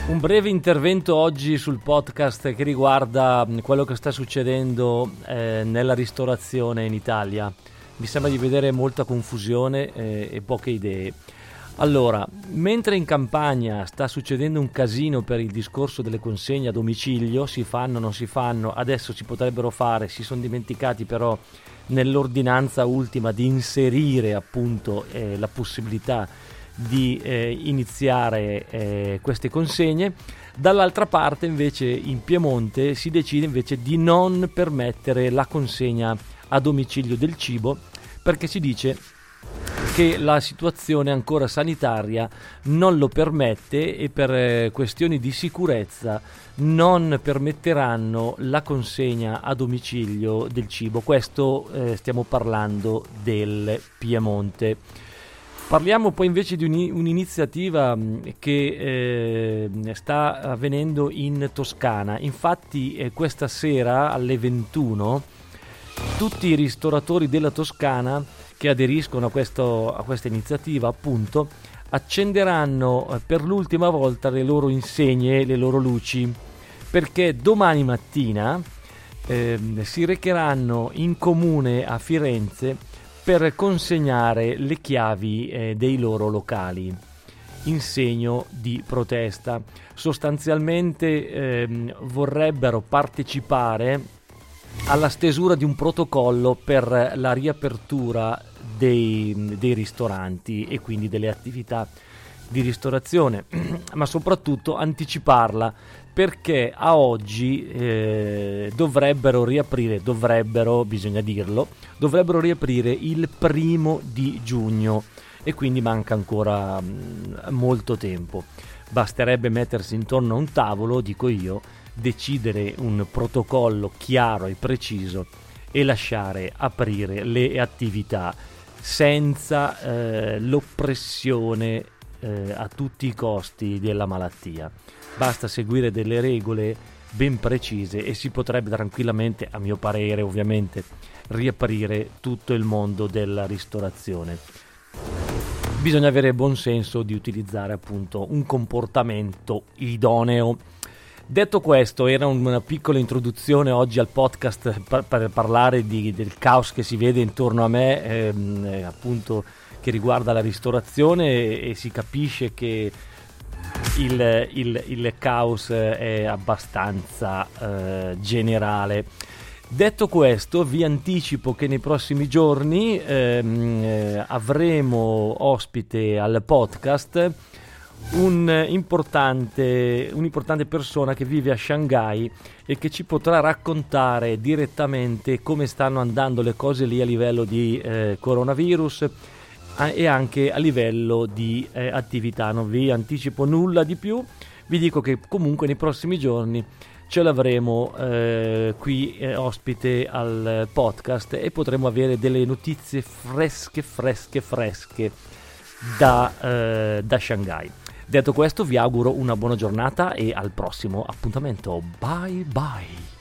Un breve intervento oggi sul podcast che riguarda quello che sta succedendo nella ristorazione in Italia. Mi sembra di vedere molta confusione e poche idee. Allora, mentre in campagna sta succedendo un casino per il discorso delle consegne a domicilio, si fanno, non si fanno, adesso si potrebbero fare, si sono dimenticati però nell'ordinanza ultima di inserire appunto la possibilità di iniziare queste consegne. Dall'altra parte invece in Piemonte si decide invece di non permettere la consegna a domicilio del cibo, perché si dice che la situazione ancora sanitaria non lo permette e per questioni di sicurezza non permetteranno la consegna a domicilio del cibo. Questo stiamo parlando del Piemonte. Parliamo poi invece di un'iniziativa che sta avvenendo in Toscana. Infatti questa sera alle 21 tutti i ristoratori della Toscana che aderiscono a questa iniziativa appunto accenderanno per l'ultima volta le loro insegne, le loro luci, perché domani mattina si recheranno in comune a Firenze per consegnare le chiavi dei loro locali in segno di protesta. Sostanzialmente vorrebbero partecipare alla stesura di un protocollo per la riapertura dei ristoranti e quindi delle attività di ristorazione, ma soprattutto anticiparla, perché a oggi dovrebbero riaprire, bisogna dirlo, dovrebbero riaprire il 1° giugno e quindi manca ancora molto tempo. Basterebbe mettersi intorno a un tavolo, dico io, decidere un protocollo chiaro e preciso e lasciare aprire le attività senza l'oppressione a tutti i costi della malattia. Basta seguire delle regole ben precise e si potrebbe tranquillamente, a mio parere ovviamente, riaprire tutto il mondo della ristorazione. Bisogna avere buon senso di utilizzare appunto un comportamento idoneo. Detto questo, era una piccola introduzione oggi al podcast per parlare del caos che si vede intorno a me, appunto che riguarda la ristorazione, e si capisce che il caos è abbastanza generale. Detto questo, vi anticipo che nei prossimi giorni avremo ospite al podcast un'importante persona che vive a Shanghai e che ci potrà raccontare direttamente come stanno andando le cose lì a livello di coronavirus e anche a livello di attività. Non vi anticipo nulla di più, vi dico che comunque nei prossimi giorni ce l'avremo qui ospite al podcast e potremo avere delle notizie fresche da Shanghai. Detto questo, vi auguro una buona giornata e al prossimo appuntamento. Bye bye.